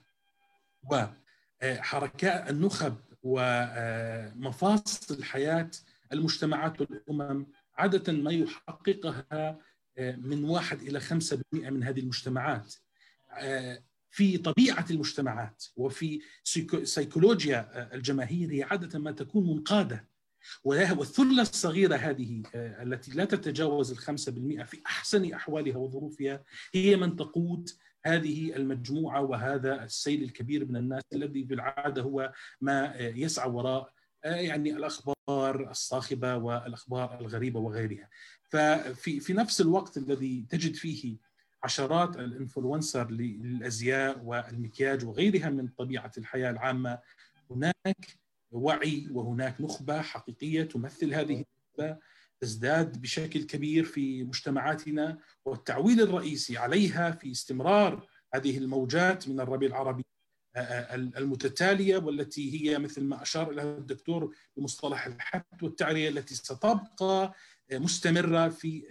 وحركات النخب ومفاصل الحياة المجتمعات والأمم عادة ما يحققها من 1 إلى 5% من هذه المجتمعات. في طبيعة المجتمعات وفي سيكولوجيا الجماهير هي عادة ما تكون منقادة، والثلة الصغيرة هذه التي لا تتجاوز 5% في أحسن أحوالها وظروفها هي من تقود هذه المجموعة وهذا السيل الكبير من الناس الذي بالعادة هو ما يسعى وراء يعني الأخبار الصاخبة والأخبار الغريبة وغيرها. ففي نفس الوقت الذي تجد فيه عشرات الانفلونسر للأزياء والمكياج وغيرها من طبيعة الحياة العامة، هناك وعي وهناك نخبة حقيقية تمثل هذه النخبة تزداد بشكل كبير في مجتمعاتنا، والتعويل الرئيسي عليها في استمرار هذه الموجات من الربيع العربي المتتالية، والتي هي مثل ما أشار إليها الدكتور بمصطلح الحث والتعرية التي ستبقى مستمرة في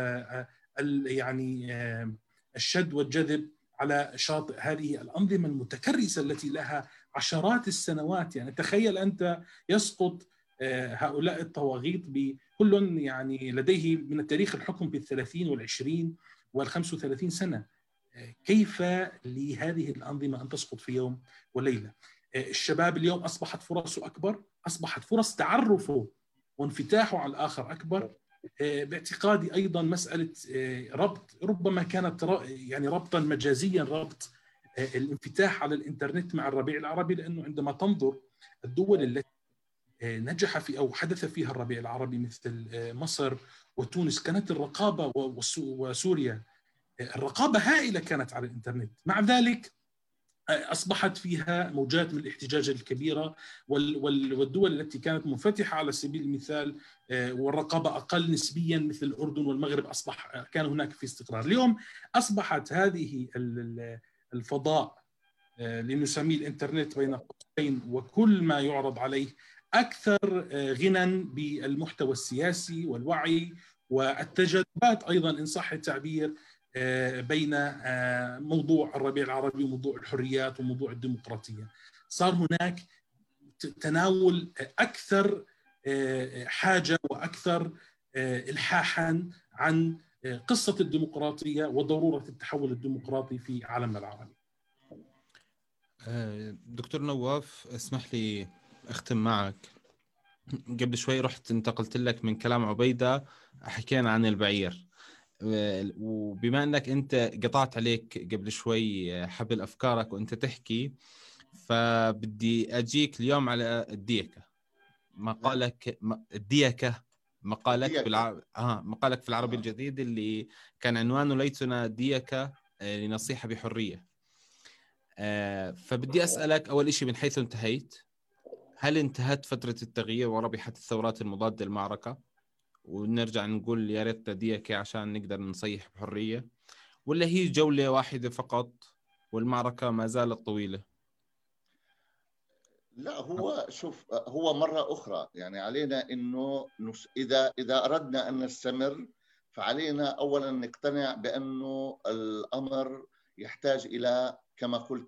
يعني الشد والجذب على شاطئ هذه الأنظمة المتكرسة التي لها عشرات السنوات. يعني تخيل أنت يسقط هؤلاء الطواغيت بكل يعني لديه من التاريخ الحكم ب30 وال20 وال35 سنة. كيف لهذه الأنظمة أن تسقط في يوم وليلة؟ الشباب اليوم أصبحت فرصه أكبر، أصبحت فرص تعرفه وانفتاحه على الآخر أكبر. باعتقادي أيضا مسألة ربط، ربما كانت يعني ربطا مجازيا، ربط الانفتاح على الإنترنت مع الربيع العربي، لأنه عندما تنظر الدول التي نجح في أو حدث فيها الربيع العربي مثل مصر وتونس، كانت الرقابة وسوريا الرقابة هائلة كانت على الإنترنت. مع ذلك أصبحت فيها موجات من الاحتجاج الكبيرة، والدول التي كانت منفتحة على سبيل المثال والرقابة أقل نسبيا مثل الأردن والمغرب كان هناك في استقرار. اليوم أصبحت هذه الفضاء لنسميه الإنترنت بين قوسين وكل ما يعرض عليه أكثر غنى بالمحتوى السياسي والوعي والتجاذبات أيضا إن صح التعبير بين موضوع الربيع العربي وموضوع الحريات وموضوع الديمقراطية. صار هناك تناول أكثر حاجة وأكثر إلحاحا عن قصة الديمقراطية وضرورة التحول الديمقراطي في عالمنا العربي.
دكتور نواف، اسمح لي أختم معك. قبل شوي انتقلت لك من كلام عبيدة، حكينا عن البعير، وبما أنك أنت قطعت عليك قبل شوي حبل أفكارك وأنت تحكي، فبدي أجيك اليوم على الديكة. مقالك الديكة، مقالك في العربي الجديد اللي كان عنوانه ليتنا ديكة لنصيحة بحرية. فبدي أسألك أول إشي من حيث انتهيت، هل انتهت فترة التغيير وربحت الثورات المضادة للمعركة ونرجع نقول يا ريت ديكة عشان نقدر نصيح بحرية، ولا هي جولة واحدة فقط والمعركة ما زالت طويلة؟
لا، هو شوف، هو مرة أخرى يعني علينا إنه إذا أردنا أن نستمر فعلينا أولا نقتنع بأنه الأمر يحتاج إلى كما قلت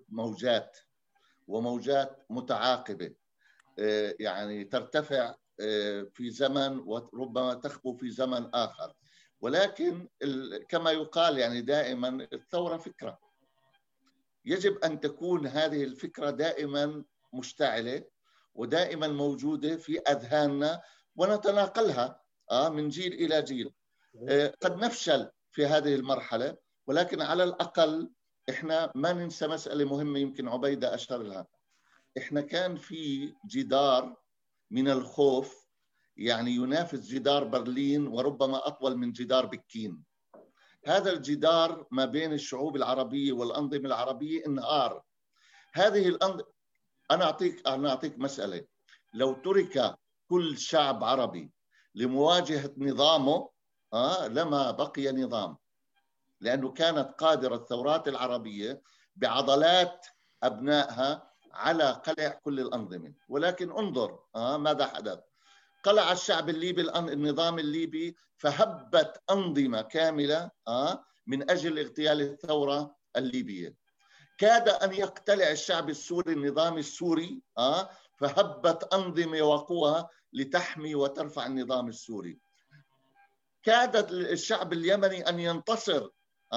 موجات متعاقبة، يعني ترتفع في زمن وربما تخبو في زمن آخر. ولكن كما يقال يعني دائما الثورة فكرة، يجب أن تكون هذه الفكرة دائما مشتعلة ودائما موجودة في أذهاننا ونتناقلها من جيل إلى جيل. قد نفشل في هذه المرحلة، ولكن على الأقل إحنا ما ننسى مسألة مهمة يمكن عبيدة أشار لها. إحنا كان في جدار من الخوف يعني ينافس جدار برلين وربما أطول من جدار بكين. هذا الجدار ما بين الشعوب العربية والأنظمة العربية انهار. هذه الأنظمة، أنا أعطيك مسألة، لو ترك كل شعب عربي لمواجهة نظامه لما بقي نظام، لأنه كانت قادرة الثورات العربية بعضلات أبنائها على قلع كل الأنظمة. ولكن انظر ماذا حدث. قلع الشعب الليبي النظام الليبي، فهبت أنظمة كاملة من أجل اغتيال الثورة الليبية. كاد أن يقتلع الشعب السوري النظام السوري، فهبت أنظمة وقوى لتحمي وترفع النظام السوري. كاد الشعب اليمني أن ينتصر،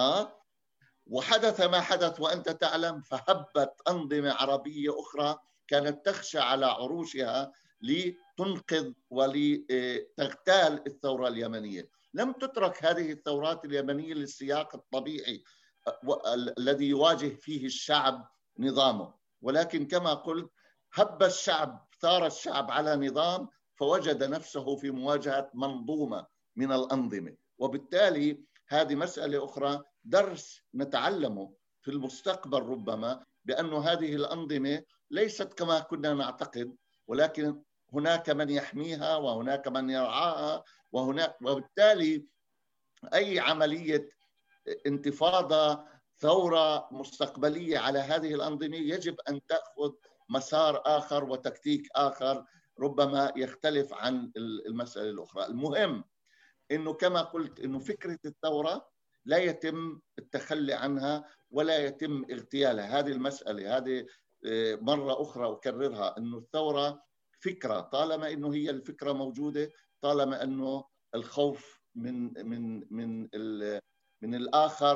وحدث ما حدث وأنت تعلم، فهبت أنظمة عربية أخرى كانت تخشى على عروشها لتنقذ ولتغتال الثورة اليمنية. لم تترك هذه الثورات اليمنية للسياق الطبيعي الذي يواجه فيه الشعب نظامه، ولكن كما قلت هب الشعب، ثار الشعب على نظام فوجد نفسه في مواجهة منظومة من الأنظمة. وبالتالي هذه مسألة أخرى، درس نتعلمه في المستقبل ربما، بأن هذه الأنظمة ليست كما كنا نعتقد، ولكن هناك من يحميها وهناك من يرعاها، وبالتالي أي عملية انتفاضة ثورة مستقبلية على هذه الأنظمة يجب أن تأخذ مسار آخر وتكتيك آخر ربما يختلف عن المسألة الأخرى. المهم إنه كما قلت إنه فكرة الثورة لا يتم التخلي عنها ولا يتم اغتيالها. هذه المسألة هذه مرة أخرى أكررها، إنه الثورة فكرة، طالما إنه هي الفكرة موجودة، طالما إنه الخوف من الآخر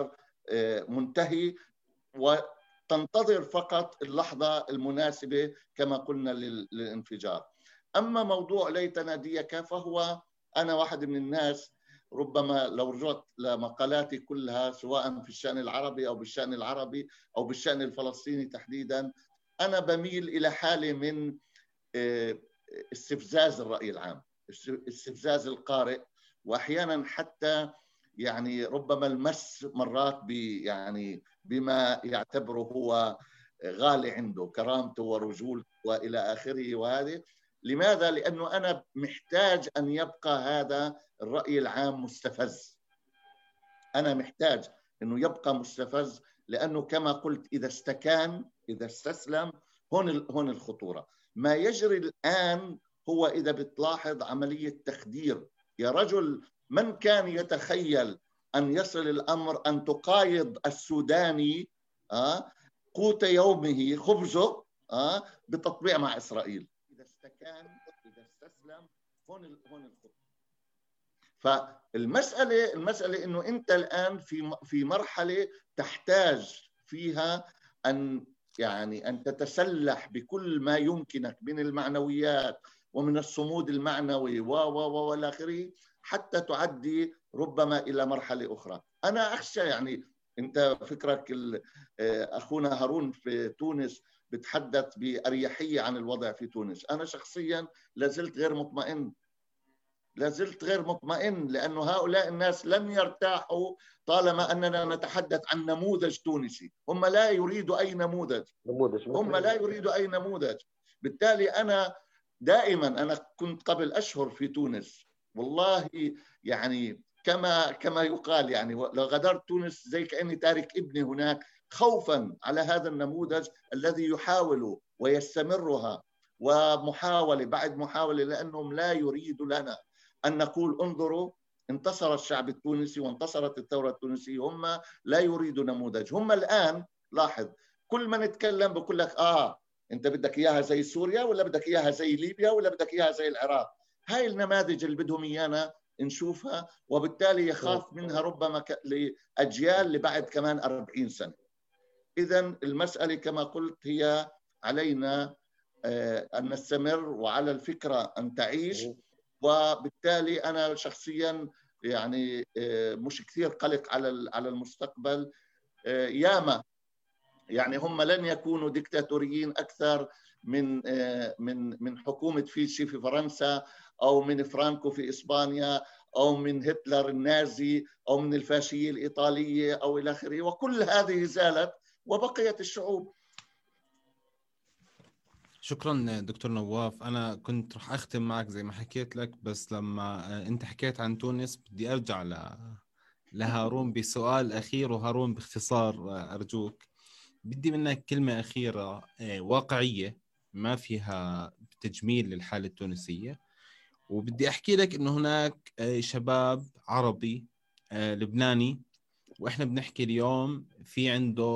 منتهي، وتنتظر فقط اللحظة المناسبة كما قلنا للانفجار. أما موضوع ليتنا ديكا فهو، أنا واحد من الناس ربما لو رجعت لمقالاتي كلها سواء في الشأن العربي أو بالشأن العربي أو بالشأن الفلسطيني تحديدا، أنا بميل إلى حالة من استفزاز الرأي العام، استفزاز القارئ، وأحيانا حتى يعني ربما المس مرات يعني بما يعتبره هو غالي عنده، كرامته ورجولته وإلى آخره. وهذه لماذا؟ لأنه أنا محتاج أن يبقى هذا الرأي العام مستفز، أنا محتاج أنه يبقى مستفز، لأنه كما قلت إذا استكان، إذا استسلم، هون الخطورة. ما يجري الآن هو إذا بتلاحظ عملية تخدير. يا رجل، من كان يتخيل أن يصل الأمر أن تقايض السوداني قوت يومه خبزه بتطبيع مع إسرائيل؟ إذا استكان، إذا استسلم، هون الخطورة. فالمسألة إنه أنت الآن في مرحلة تحتاج فيها أن تتسلح بكل ما يمكنك من المعنويات ومن الصمود المعنوي والى اخره حتى تعدي ربما إلى مرحلة أخرى. أنا أخشى، يعني أنت فكرك أخونا هارون في تونس بتحدث بأريحية عن الوضع في تونس. أنا شخصيا لازلت غير مطمئن، لأنه هؤلاء الناس لن يرتاحوا طالما أننا نتحدث عن نموذج تونسي. هم لا يريدوا أي نموذج، هم لا يريدوا أي نموذج. بالتالي أنا دائما، أنا كنت قبل أشهر في تونس، والله يعني كما يقال، يعني لو غادرت تونس زي كأني تارك ابني هناك، خوفا على هذا النموذج الذي يحاول ويستمرها، ومحاولة بعد محاولة، لأنهم لا يريدوا لنا أن نقول انظروا انتصر الشعب التونسي وانتصرت الثورة التونسية. هم لا يريدوا نموذج. هم الآن لاحظ كل ما نتكلم بقول لك أنت بدك إياها زي سوريا، ولا بدك إياها زي ليبيا، ولا بدك إياها زي العراق. هاي النماذج اللي بدهم إيانا نشوفها، وبالتالي يخاف منها ربما لأجيال لبعد كمان 40 سنة. إذن المسألة كما قلت هي علينا أن نستمر، وعلى الفكرة أن تعيش. وبالتالي أنا شخصيا يعني مش كثير قلق على المستقبل. ياما يعني هم لن يكونوا ديكتاتوريين أكثر من حكومة فيشي في فرنسا، أو من فرانكو في إسبانيا، أو من هتلر النازي، أو من الفاشية الإيطالية أو إلى آخره. وكل هذه زالت وبقيت الشعوب.
شكرا دكتور نواف. أنا كنت رح أختم معك زي ما حكيت لك، بس لما أنت حكيت عن تونس بدي أرجع لهارون بسؤال أخير. وهارون باختصار أرجوك، بدي منك كلمة أخيرة واقعية ما فيها تجميل للحالة التونسية. وبدي أحكي لك إنه هناك شباب عربي لبناني، وإحنا بنحكي اليوم في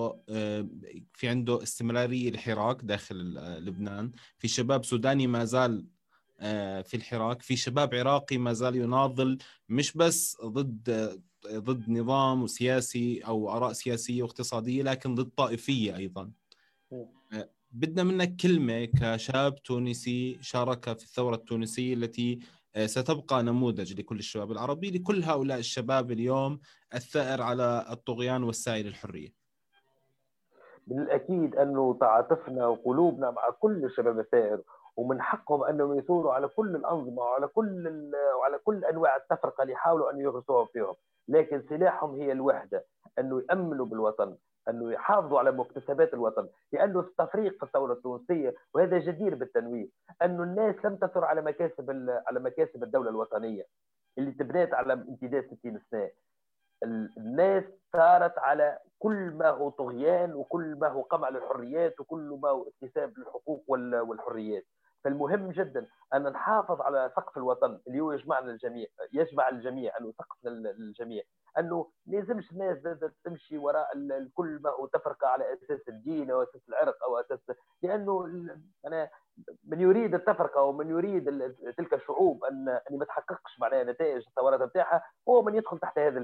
عنده استمرارية الحراك داخل لبنان. في شباب سوداني ما زال في الحراك، في شباب عراقي ما زال يناضل، مش بس ضد نظام سياسي أو آراء سياسية واقتصادية، لكن ضد طائفية أيضا. بدنا منك كلمة كشاب تونسي شارك في الثورة التونسية التي ستبقى نموذج لكل الشباب العربي، لكل هؤلاء الشباب اليوم الثائر على الطغيان والسعي للحرية.
بالأكيد أنه تعاطفنا وقلوبنا مع كل الشباب الثائر، ومن حقهم أنهم يثوروا على كل الأنظمة وعلى كل أنواع التفرقة اللي يحاولوا أن يغرسوها فيهم. لكن سلاحهم هي الوحدة، أنه يأمنوا بالوطن، أنه يحافظوا على مكتسبات الوطن. لأنه التفريق في الثورة التونسية، وهذا جدير بالتنويه، أنه الناس لم تثر على مكاسب الدولة الوطنية اللي تبنات على امتداد 60 سنة. الناس ثارت على كل ما هو طغيان، وكل ما هو قمع للحريات، وكل ما هو اكتساب للحقوق والحريات. فالمهم جدا أن نحافظ على سقف الوطن اللي هو يجمع الجميع، أنه سقفنا للجميع، أنه ما يلزمش الناس تمشي وراء كل ما هو تفرقة على أساس الدين أو أساس العرق أو أساس، لأنه أنا من يريد التفرقة ومن يريد تلك الشعوب أن ما تحققش معناها نتائج الثورات بتاعها، هو من يدخل تحت هذا الباب.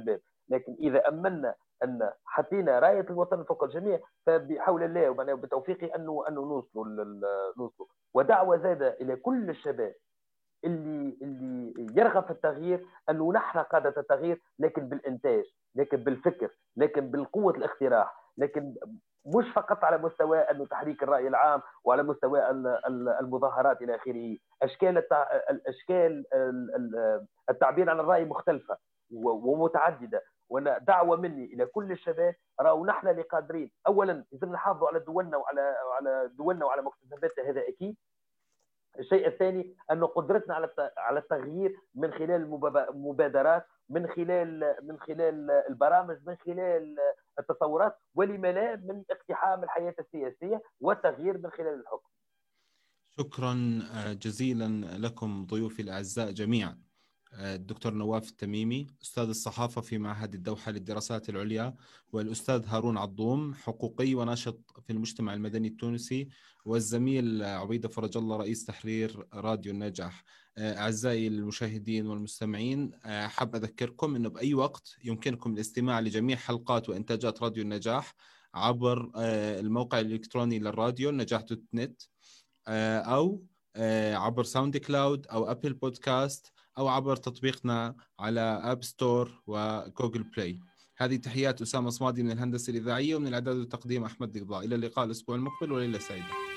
لكن إذا أمنا أن حطينا راية الوطن فوق الجميع فبحول الله وبتوفيقه أنه نوصلوا. ودعوة زادة إلى كل الشباب اللي يرغب في التغيير أنه نحن قادة التغيير، لكن بالإنتاج، لكن بالفكر، لكن بالقوة الاقتراح، لكن مش فقط على مستوى أنه تحريك الرأي العام وعلى مستوى المظاهرات إلى آخره. أشكال التعبير عن الرأي مختلفة ومتعددة. وانا دعوه مني الى كل الشباب، راهو نحن اللي قادرين. اولا لازم نحافظوا على دولنا وعلى مكتسباتها، هذا اكيد. الشيء الثاني انه قدرتنا على التغيير من خلال المبادرات، من خلال البرامج، من خلال التصورات، ولما لا من اقتحام الحياه السياسيه والتغيير من خلال الحكم.
شكرا جزيلا لكم ضيوفي الاعزاء جميعا. الدكتور نواف التميمي أستاذ الصحافة في معهد الدوحة للدراسات العليا، والأستاذ هارون عضوم حقوقي وناشط في المجتمع المدني التونسي، والزميل عبيدة فرج الله رئيس تحرير راديو النجاح. أعزائي المشاهدين والمستمعين، حاب أذكركم أنه بأي وقت يمكنكم الاستماع لجميع حلقات وإنتاجات راديو النجاح عبر الموقع الإلكتروني للراديو النجاح.net، أو عبر ساوند كلاود أو أبل بودكاست، أو عبر تطبيقنا على أب ستور وجوجل بلاي. هذه تحيات أسامة صمادي من الهندسة الإذاعية، ومن الإعداد والتقديم أحمد ضباء. إلى اللقاء الأسبوع المقبل، وليلة سعيدة.